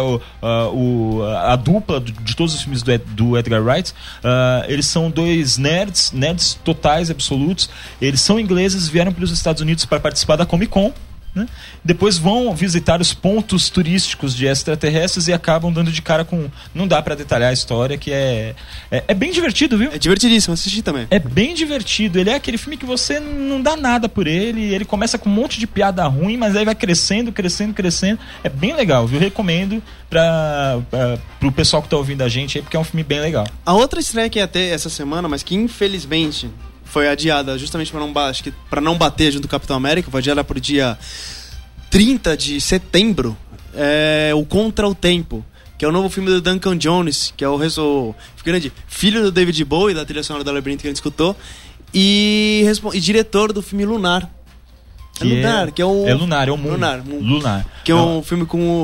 D: a dupla de todos os filmes do Edgar Wright. Eles são dois nerds totais, absolutos. Eles são ingleses, vieram para os Estados Unidos para participar da Comic Con, né? Depois vão visitar os pontos turísticos de extraterrestres e acabam dando de cara com... Não dá pra detalhar a história, que é bem divertido, viu?
C: É divertidíssimo, assisti também.
D: É bem divertido. Ele é aquele filme que você não dá nada por ele. Ele começa com um monte de piada ruim, mas aí vai crescendo. É bem legal, viu? Recomendo pro pessoal que tá ouvindo a gente aí, porque é um filme bem legal.
C: A outra estreia que ia ter essa semana, mas que infelizmente foi adiada justamente para não bater junto com o Capitão América, foi adiada pro dia 30 de setembro, é o Contra o Tempo, que é o novo filme do Duncan Jones, que é o grande filho do David Bowie, da trilha sonora da Labyrinth que a gente escutou, e diretor do filme Lunar. É o Moon. Lunar. Que é um filme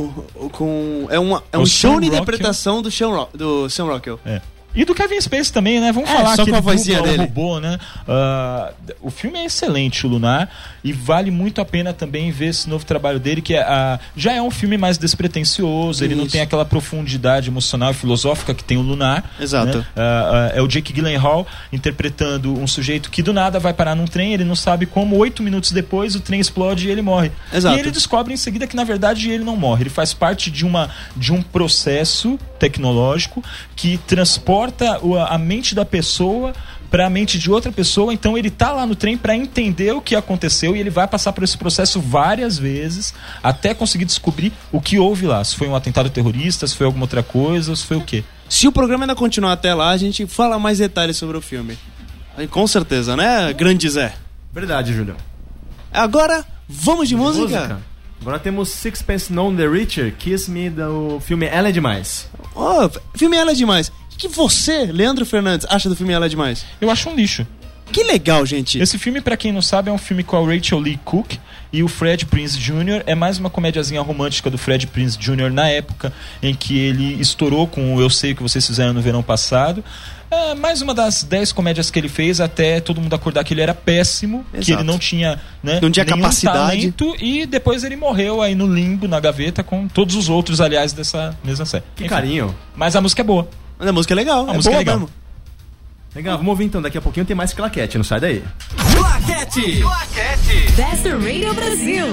C: é um show de interpretação do Sam Rockwell.
D: E do Kevin Spacey também, né? Vamos falar
C: só
D: que
C: com a vozinha dele.
D: Robô, né? O filme é excelente, o Lunar, e vale muito a pena também ver esse novo trabalho dele, que já é um filme mais despretensioso. Ele não tem aquela profundidade emocional e filosófica que tem o Lunar.
C: Exato.
D: Né? É o Jake Gyllenhaal interpretando um sujeito que do nada vai parar num trem, ele não sabe como, 8 minutos depois o trem explode e ele morre.
C: Exato.
D: E ele descobre em seguida que na verdade ele não morre, ele faz parte de um processo tecnológico que transporta a mente da pessoa para a mente de outra pessoa. Então ele tá lá no trem para entender o que aconteceu, e ele vai passar por esse processo várias vezes até conseguir descobrir o que houve lá, se foi um atentado terrorista, se foi alguma outra coisa, se foi o quê.
C: Se o programa ainda continuar até lá, a gente fala mais detalhes sobre o filme. Aí, com certeza, né, grande Zé?
B: Verdade, Júlio.
C: Agora, vamos de música?
B: Agora temos Sixpence None the Richer, Kiss Me, do filme Ela é Demais.
C: Filme Ela é Demais. O que você, Leandro Fernandes, acha do filme Ela é Demais?
D: Eu acho um lixo.
C: Que legal, gente.
D: Esse filme, pra quem não sabe, é um filme com a Rachel Lee Cook e o Fred Prinze Jr. É mais uma comediazinha romântica do Fred Prinze Jr. na época em que ele estourou com o Eu Sei O Que Vocês Fizeram no Verão Passado. É mais uma das 10 comédias que ele fez até todo mundo acordar que ele era péssimo,
C: Exato.
D: que ele não tinha, né,
C: não tinha
D: nenhum
C: capacidade.
D: talento, e depois ele morreu aí no limbo, na gaveta, com todos os outros, aliás, dessa mesma série.
B: Que
D: Enfim,
B: carinho.
D: mas a música é boa.
C: Mas a música é legal.
D: A música
C: boa
D: é legal.
C: mesmo.
B: Legal, vamos ouvir então. Daqui a pouquinho tem mais claquete, não sai daí.
A: Claquete.
F: Best Radio Brasil.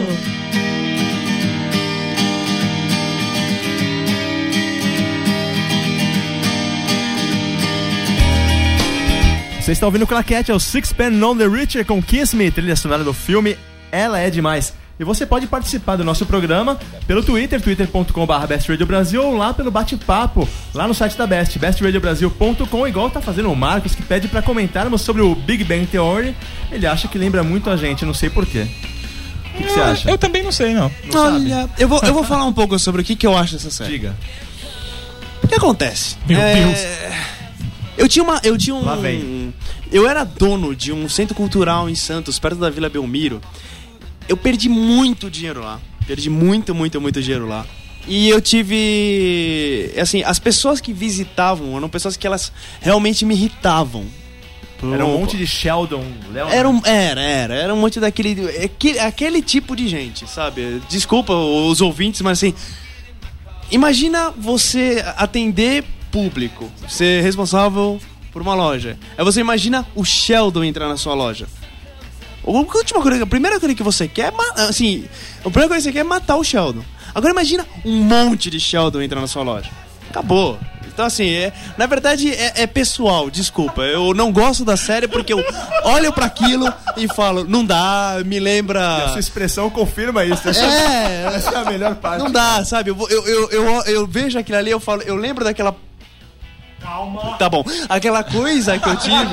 B: Você está ouvindo o claquete, é o Sixpence None the Richer com Kiss Me, trilha sonora do filme Ela é Demais. E você pode participar do nosso programa pelo Twitter, twitter.com/bestradiobrasil, ou lá pelo bate-papo, lá no site da Best, bestradiobrasil.com, igual tá fazendo o Marcos, que pede pra comentarmos sobre o Big Bang Theory. Ele acha que lembra muito a gente, não sei porquê. O que você acha?
D: Eu também não sei, não.
B: Não sabe?
C: Olha, eu vou falar um pouco sobre o que eu acho dessa série.
B: Diga.
C: O que acontece?
E: Meu Deus.
C: Eu tinha um.
B: Lá vem.
C: Eu era dono de um centro cultural em Santos, perto da Vila Belmiro. Eu perdi muito dinheiro lá. Perdi muito dinheiro lá. E eu tive... Assim, as pessoas que visitavam eram pessoas que elas realmente me irritavam.
B: Era um monte de Sheldon, Leonard.
C: Era um monte aquele tipo de gente, sabe? Desculpa os ouvintes, mas assim... Imagina você atender público, ser responsável por uma loja. Aí você imagina o Sheldon entrar na sua loja. A primeira coisa que você quer, assim, a primeira coisa que você quer é matar o Sheldon. Agora imagina um monte de Sheldon entrar na sua loja. Acabou. Então assim, na verdade é pessoal, desculpa. Eu não gosto da série porque eu olho pra aquilo e falo, não dá, me lembra...
B: E a sua expressão confirma isso. Essa é a melhor parte.
C: Não dá, sabe? Eu vejo aquilo ali, eu falo, eu lembro daquela... Calma. Tá bom. Aquela coisa que eu tive...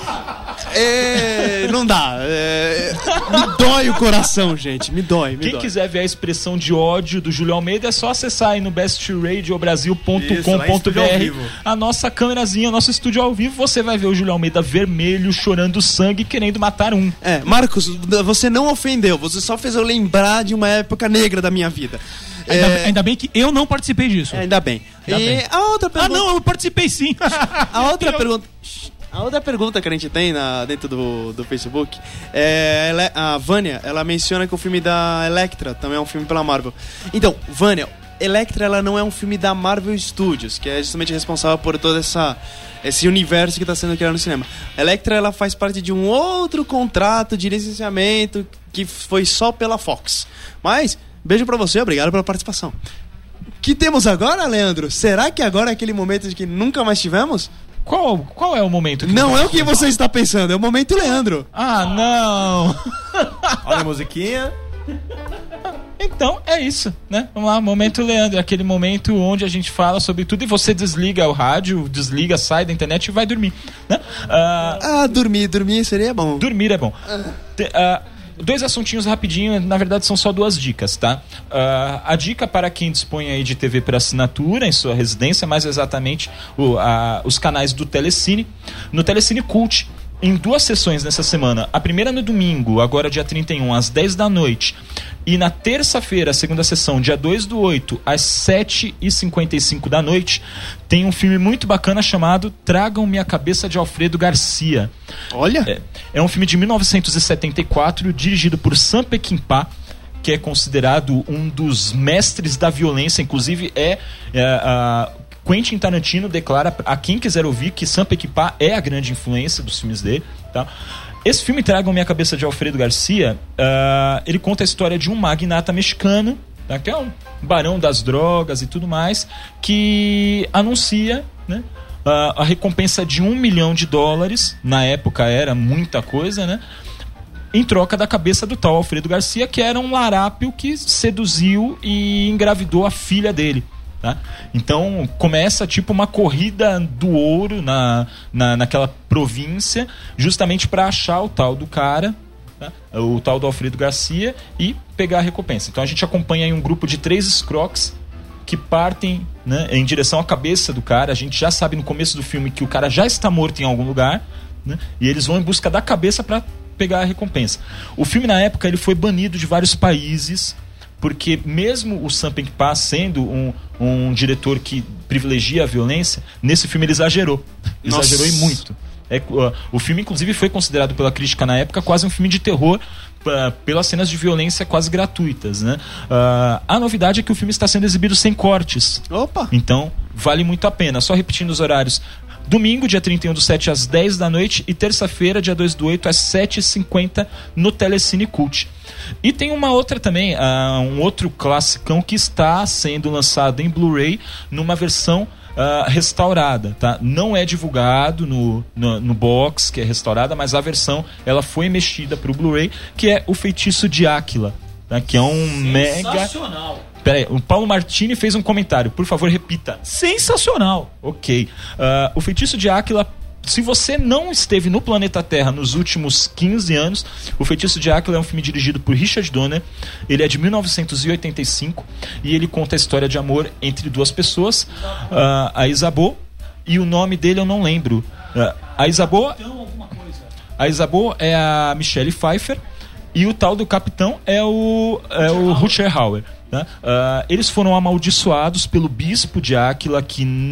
C: não dá. Me dói o coração, gente. Me dói.
D: Quem quiser ver a expressão de ódio do Júlio Almeida, é só acessar aí no bestradiobrasil.com.br a nossa câmerazinha, nosso estúdio ao vivo. Você vai ver o Júlio Almeida vermelho, chorando sangue, querendo matar um.
C: Marcos, você não ofendeu. Você só fez eu lembrar de uma época negra da minha vida.
E: Ainda bem que eu não participei disso.
C: Ainda bem.
E: bem.
C: A outra pergunta...
E: Ah, não, eu participei sim.
C: A outra pergunta que a gente tem dentro do Facebook a Vânia, ela menciona que o filme da Elektra também é um filme pela Marvel. Então, Vânia, Elektra ela não é um filme da Marvel Studios, que é justamente responsável por todo esse universo que está sendo criado no cinema. Elektra ela faz parte de um outro contrato de licenciamento que foi só pela Fox. Mas, beijo pra você, obrigado pela participação. O que temos agora, Leandro? Será que agora é aquele momento de que nunca mais tivemos?
D: Qual é o momento?
C: Não é o que você está pensando, é o momento Leandro.
D: Ah, não.
B: Olha a musiquinha.
D: Então é isso, né? Vamos lá, momento Leandro, aquele momento onde a gente fala sobre tudo e você desliga o rádio, sai da internet e vai dormir, né?
C: Dormir seria bom.
D: Dormir é bom. Dois assuntinhos rapidinho, na verdade são só 2 dicas, tá? A dica para quem dispõe aí de TV por assinatura em sua residência, mais exatamente os canais do Telecine. No Telecine Cult, em 2 sessões nessa semana. A primeira no domingo, agora dia 31, às 10 da noite. E na terça-feira, a segunda sessão, dia 2/8, às 7h55 da noite, tem um filme muito bacana chamado Tragam-me a Cabeça de Alfredo Garcia.
C: Olha!
D: É um filme de 1974, dirigido por Sam Peckinpah, que é considerado um dos mestres da violência, inclusive Quentin Tarantino declara a quem quiser ouvir que Sam Peckinpah é a grande influência dos filmes dele, tá? Esse filme, Tragam-me a Cabeça de Alfredo Garcia, ele conta a história de um magnata mexicano, tá? Que é um barão das drogas e tudo mais, que anuncia, né, a recompensa de $1 milhão, na época era muita coisa, né? Em troca da cabeça do tal Alfredo Garcia, que era um larápio que seduziu e engravidou a filha dele. Tá? Então começa tipo uma corrida do ouro naquela província, justamente para achar o tal do cara, tá? O tal do Alfredo Garcia, e pegar a recompensa. Então a gente acompanha aí um grupo de 3 escroques que partem, né, em direção à cabeça do cara. A gente já sabe no começo do filme que o cara já está morto em algum lugar, né? E eles vão em busca da cabeça para pegar a recompensa. O filme, na época, ele foi banido de vários países, porque mesmo o Sam Peckinpah sendo um diretor que privilegia a violência, nesse filme ele exagerou. Exagerou e muito. O filme, inclusive, foi considerado pela crítica na época quase um filme de terror, pelas cenas de violência quase gratuitas, né? A novidade é que o filme está sendo exibido sem cortes.
C: Opa!
D: Então, vale muito a pena. Só repetindo os horários: domingo, dia 31/7, às 10 da noite, e terça-feira, dia 2/8, às 7h50, no Telecine Cult. E tem uma outra também, um outro classicão que está sendo lançado em Blu-ray numa versão restaurada, tá? Não é divulgado no box que é restaurada, mas a versão ela foi mexida para o Blu-ray, que é O Feitiço de Áquila, tá? Que é um
E: Sensacional.
D: mega... Peraí, o Paulo Martini fez um comentário, por favor, repita.
E: Sensacional.
D: Ok. O Feitiço de Áquila, se você não esteve no planeta Terra nos últimos 15 anos, O Feitiço de Áquila é um filme dirigido por Richard Donner. Ele é de 1985 e ele conta a história de amor entre duas pessoas, a Isabeau, e o nome dele eu não lembro. A Isabeau é a Michelle Pfeiffer e o tal do capitão é o Rutger Hauer. Né? Eles foram amaldiçoados pelo bispo de Áquila,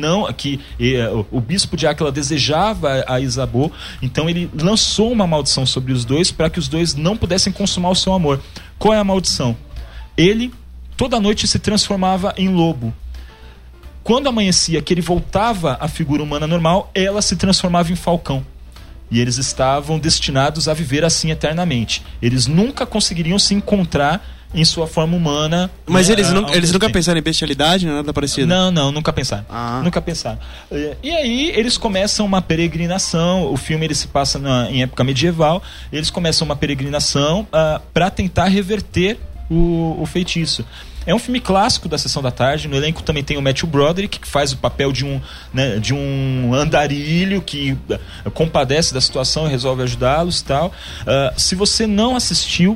D: o bispo de Áquila desejava a Isabeau, então ele lançou uma maldição sobre os dois para que os dois não pudessem consumar o seu amor. Qual é a maldição? Ele toda noite se transformava em lobo. Quando amanhecia, que ele voltava à figura humana normal, ela se transformava em falcão. E eles estavam destinados a viver assim eternamente. Eles nunca conseguiriam se encontrar em sua forma humana.
C: Mas eles nunca pensaram em bestialidade, não é nada parecido?
D: Não, nunca pensaram. Nunca pensaram. E aí eles começam uma peregrinação. O filme ele se passa em época medieval. Eles começam uma peregrinação para tentar reverter o feitiço. É um filme clássico da Sessão da Tarde. No elenco também tem o Matthew Broderick, que faz o papel de um andarilho que compadece da situação e resolve ajudá-los e tal. Se você não assistiu,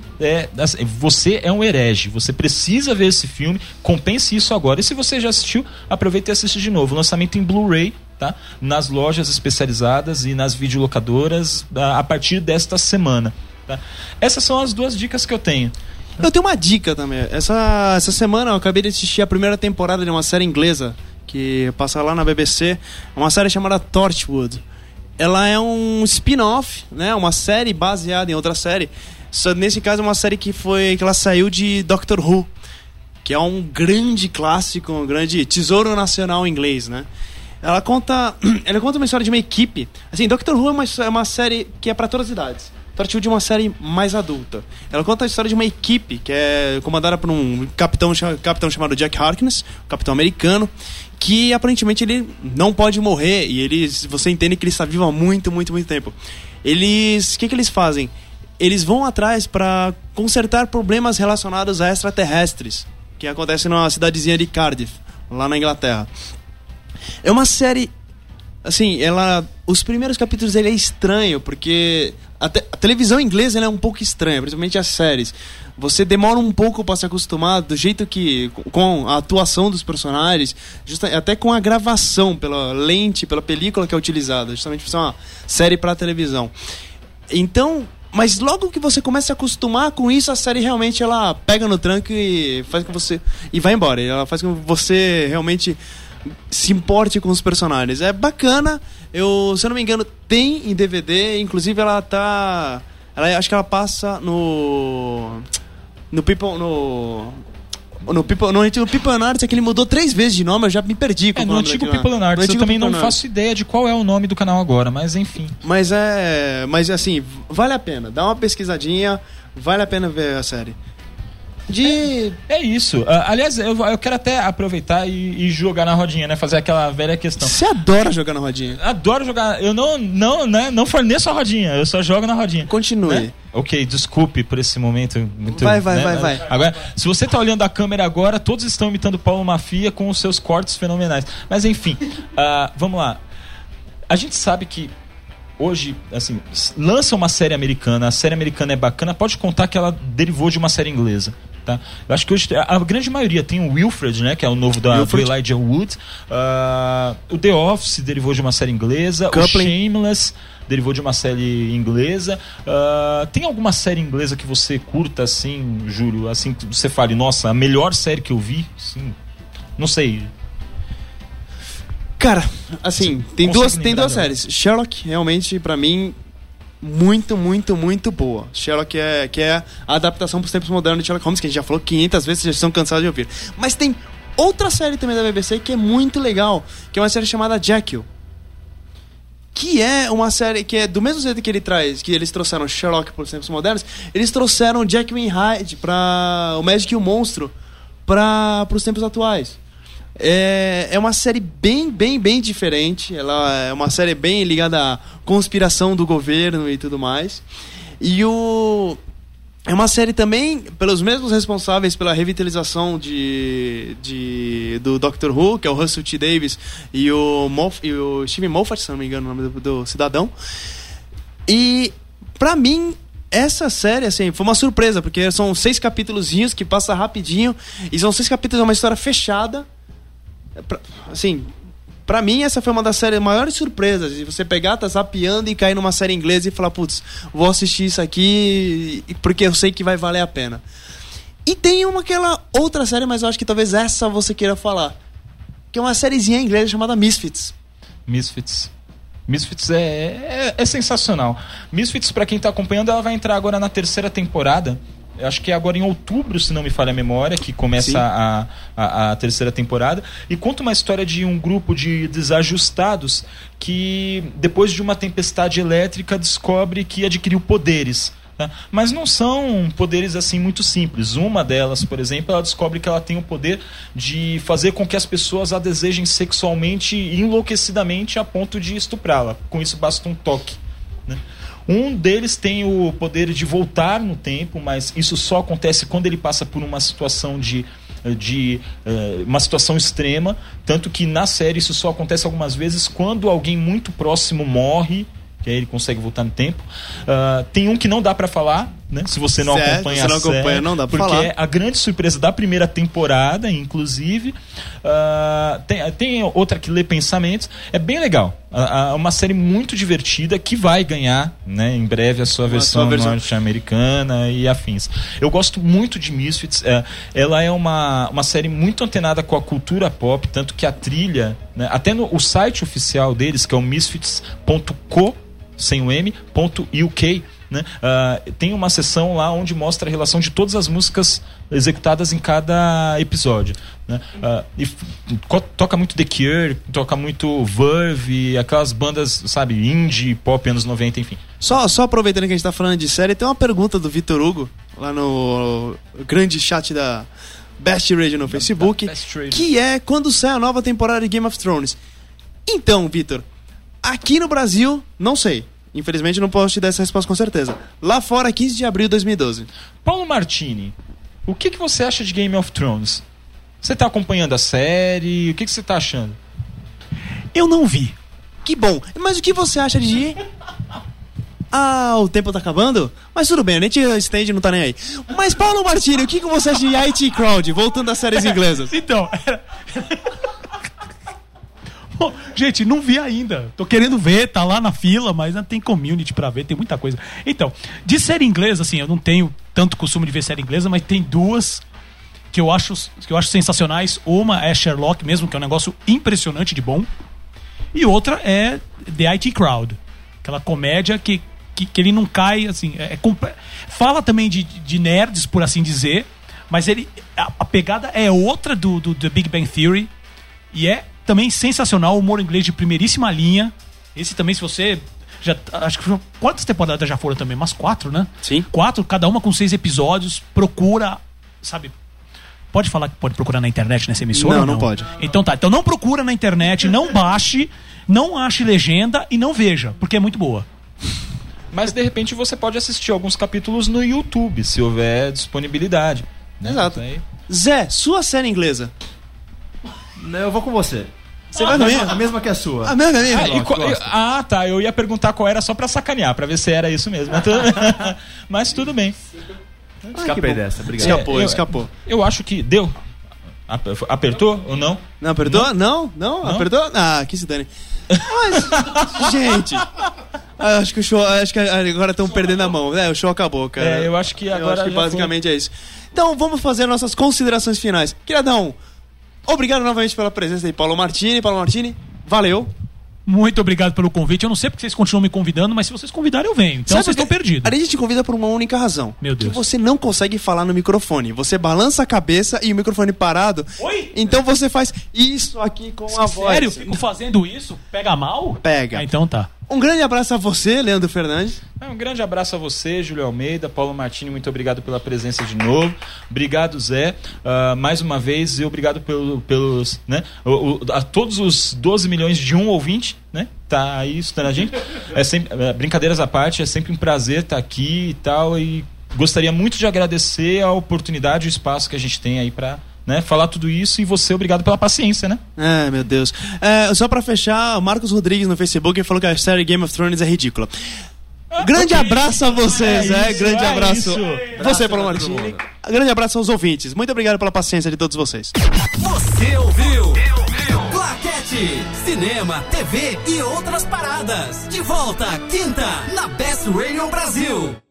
D: você é um herege. Você precisa ver esse filme, compense isso agora. E se você já assistiu, aproveita e assiste de novo. O lançamento em Blu-ray, tá? Nas lojas especializadas e nas videolocadoras a partir desta semana, tá? Essas são as duas dicas que eu tenho.
C: Eu tenho uma dica também. Essa semana eu acabei de assistir a primeira temporada de uma série inglesa que passa lá na BBC, uma série chamada Torchwood. Ela é um spin-off, né? Uma série baseada em outra série. Só nesse caso é uma série que ela saiu de Doctor Who, que é um grande clássico, um grande tesouro nacional inglês, né? Ela conta uma história de uma equipe. Assim, Doctor Who é uma série que é para todas as idades. Torchwood é uma série mais adulta. Ela conta a história de uma equipe que é comandada por um capitão chamado Jack Harkness, um capitão americano, que aparentemente ele não pode morrer e você entende que ele está vivo há muito, muito, muito tempo. O que eles fazem? Eles vão atrás para consertar problemas relacionados a extraterrestres, que acontecem numa cidadezinha de Cardiff, lá na Inglaterra. É uma série... Assim, os primeiros capítulos ele é estranho, porque a televisão inglesa ela é um pouco estranha, principalmente as séries. Você demora um pouco para se acostumar do jeito que... com a atuação dos personagens, até com a gravação, pela lente, pela película que é utilizada, justamente por ser uma série para televisão. Então... Mas logo que você começa a acostumar com isso, a série realmente ela pega no tranco e faz com você... E vai embora. Ela faz com que você realmente se importe com os personagens. É bacana. Se eu não me engano, tem em DVD. Inclusive acho que ela passa no People... No antigo People and Arts é que ele mudou 3 vezes de nome, eu já me perdi com o nome.
D: No antigo People and Arts, eu também não faço ideia de qual é o nome do canal agora, mas enfim.
C: Mas assim, vale a pena, dá uma pesquisadinha, vale a pena ver a série.
D: É isso. Aliás, eu quero até aproveitar e jogar na rodinha, né? Fazer aquela velha questão.
C: Você adora jogar na rodinha?
D: Adoro jogar. Eu não forneço a rodinha, eu só jogo na rodinha.
C: Continue.
D: Né? Ok, desculpe por esse momento muito...
C: Vai.
D: Agora, se você tá olhando a câmera agora, todos estão imitando Paulo Mafia com os seus cortes fenomenais. Mas enfim, vamos lá. A gente sabe que hoje, assim, lança uma série americana, a série americana é bacana, pode contar que ela derivou de uma série inglesa. Tá? Eu acho que hoje a grande maioria tem o Wilfred, né, que é o novo do Elijah Wood. O The Office derivou de uma série inglesa. O Shameless derivou de uma série inglesa. Tem alguma série inglesa que você curta, assim, Júlio? Assim, que você fale, nossa, a melhor série que eu vi? Assim, não sei.
C: Cara, assim, tem duas séries. Sherlock, realmente, pra mim, muito, muito, muito boa. Sherlock que é a adaptação pros tempos modernos de Sherlock Holmes, que a gente já falou 500 vezes, vocês já estão cansados de ouvir. Mas tem outra série também da BBC que é muito legal, que é uma série chamada Jekyll. Que é uma série que é do mesmo jeito que eles trouxeram Sherlock pros tempos modernos, eles trouxeram Jekyll e Hyde o Magic e o Monstro pros tempos atuais. É uma série bem, bem, bem diferente. Ela é uma série bem ligada à conspiração do governo e tudo mais. É uma série também pelos mesmos responsáveis pela revitalização do Doctor Who, que é o Russell T. Davies e o Steven Moffat, se não me engano o nome do cidadão. E pra mim essa série, assim, foi uma surpresa, porque são 6 capítulozinhos que passa rapidinho, e são 6 capítulos, é uma história fechada. Assim, pra mim essa foi uma das séries maiores surpresas, de você pegar, tá zapeando e cair numa série inglesa e falar, putz, vou assistir isso aqui porque eu sei que vai valer a pena. E tem aquela outra série, mas eu acho que talvez essa você queira falar, que é uma sériezinha inglesa chamada Misfits.
D: Misfits é sensacional. Misfits, pra quem tá acompanhando, ela vai entrar agora na 3ª temporada. Eu acho que é agora em outubro, se não me falha a memória, que começa a 3ª temporada. E conta uma história de um grupo de desajustados que, depois de uma tempestade elétrica, descobre que adquiriu poderes. Tá? Mas não são poderes assim muito simples. Uma delas, por exemplo, ela descobre que ela tem o poder de fazer com que as pessoas a desejem sexualmente e enlouquecidamente a ponto de estuprá-la. Com isso basta um toque, né? Um deles tem o poder de voltar no tempo, mas isso só acontece quando ele passa por uma situação uma situação extrema, tanto que na série isso só acontece algumas vezes quando alguém muito próximo morre, que aí ele consegue voltar no tempo. Tem um que não dá pra falar, né? Se você não acompanha a série,
C: não dá pra
D: porque
C: falar.
D: É a grande surpresa da primeira temporada, inclusive. Tem outra que lê pensamentos. É bem legal. Uma série muito divertida que vai ganhar, né, em breve a sua versão norte-americana e afins. Eu gosto muito de Misfits. Ela é uma série muito antenada com a cultura pop, tanto que a trilha, né, até no o site oficial deles, que é o misfits.co, sem o m.uk, né? Tem uma seção lá onde mostra a relação de todas as músicas executadas em cada episódio, né? E toca muito The Cure, toca muito Verve, aquelas bandas, sabe, indie, pop, anos 90, enfim.
C: Só aproveitando que a gente tá falando de série, tem uma pergunta do Vitor Hugo lá no grande chat da Best Radio no Facebook, que é quando sai a nova temporada de Game of Thrones. Então, Vitor, aqui no Brasil, não sei. Infelizmente não posso te dar essa resposta com certeza. Lá fora, 15 de abril de 2012.
D: Paulo Martini, o que você acha de Game of Thrones? Você tá acompanhando a série? O que você tá achando?
E: Eu não vi.
C: Que bom. Mas o que você acha de... o tempo tá acabando? Mas tudo bem, a gente estende, não tá nem aí. Mas Paulo Martini, o que você acha de IT Crowd? Voltando às séries inglesas.
E: Então... Gente, não vi ainda. Tô querendo ver, tá lá na fila, mas não tem community pra ver, tem muita coisa. Então, de série inglesa, assim, eu não tenho tanto costume de ver série inglesa, mas tem duas que eu acho sensacionais. Uma é Sherlock mesmo, que é um negócio impressionante de bom. E outra é The IT Crowd, aquela comédia que ele não cai, assim... Fala também de nerds, por assim dizer, mas a pegada é outra do The Big Bang Theory, e é também sensacional, humor inglês de primeiríssima linha. Esse também, se você... acho que quantas temporadas já foram também? Umas 4, né?
C: Sim.
E: 4, cada uma com 6 episódios. Procura, sabe... Pode falar que pode procurar na internet nessa emissora?
C: Não pode.
E: Então tá, então não procura na internet, não baixe, não ache legenda e não veja, porque é muito boa.
D: Mas de repente você pode assistir alguns capítulos no YouTube, se houver disponibilidade, né?
C: Exato.
D: Aí...
C: Zé, sua série inglesa?
B: Eu vou com você.
C: Você vai comigo?
B: A mesma que a sua.
C: A mesma é minha?
D: Tá. Eu ia perguntar qual era só pra sacanear, pra ver se era isso mesmo. Mas tudo bem.
B: Escapei dessa, obrigado.
C: Escapou.
D: Eu acho que deu. Apertou ou não?
C: Não apertou? Não? Apertou? Ah, que se dane. Mas, gente, acho que o show, acho que agora estão perdendo a mão. O show acabou, cara.
D: Eu acho que agora.
C: Eu acho que basicamente é isso. Então vamos fazer nossas considerações finais. Queridão, obrigado novamente pela presença aí, Paulo Martini. Paulo Martini, valeu.
E: Muito obrigado pelo convite. Eu não sei porque vocês continuam me convidando, mas se vocês convidarem, eu venho. Então vocês estão perdidos.
C: A gente te convida por uma única razão.
E: Meu Deus.
C: Que você não consegue falar no microfone. Você balança a cabeça e o microfone parado.
E: Oi?
C: Então você faz isso aqui com a voz.
E: Sério? Fico fazendo isso? Pega mal?
C: Pega.
E: Ah, então tá.
C: Um grande abraço a você, Leandro Fernandes.
D: Um grande abraço a você, Júlio Almeida, Paulo Martini, muito obrigado pela presença de novo. Obrigado, Zé, mais uma vez, e obrigado pelos, né, a todos os 12 milhões de ouvinte, né, tá aí escutando a gente. Brincadeiras à parte, é sempre um prazer estar aqui e tal, e gostaria muito de agradecer a oportunidade e o espaço que a gente tem aí pra, né, falar tudo isso, e você, obrigado pela paciência, né?
C: Meu Deus. Só pra fechar, o Marcos Rodrigues no Facebook falou que a série Game of Thrones é ridícula. Grande abraço a vocês, grande abraço. Você, Paulo Martini. Grande abraço aos ouvintes. Muito obrigado pela paciência de todos vocês.
A: Você ouviu? Claquete, cinema, TV e outras paradas. De volta, quinta, na Best Radio Brasil.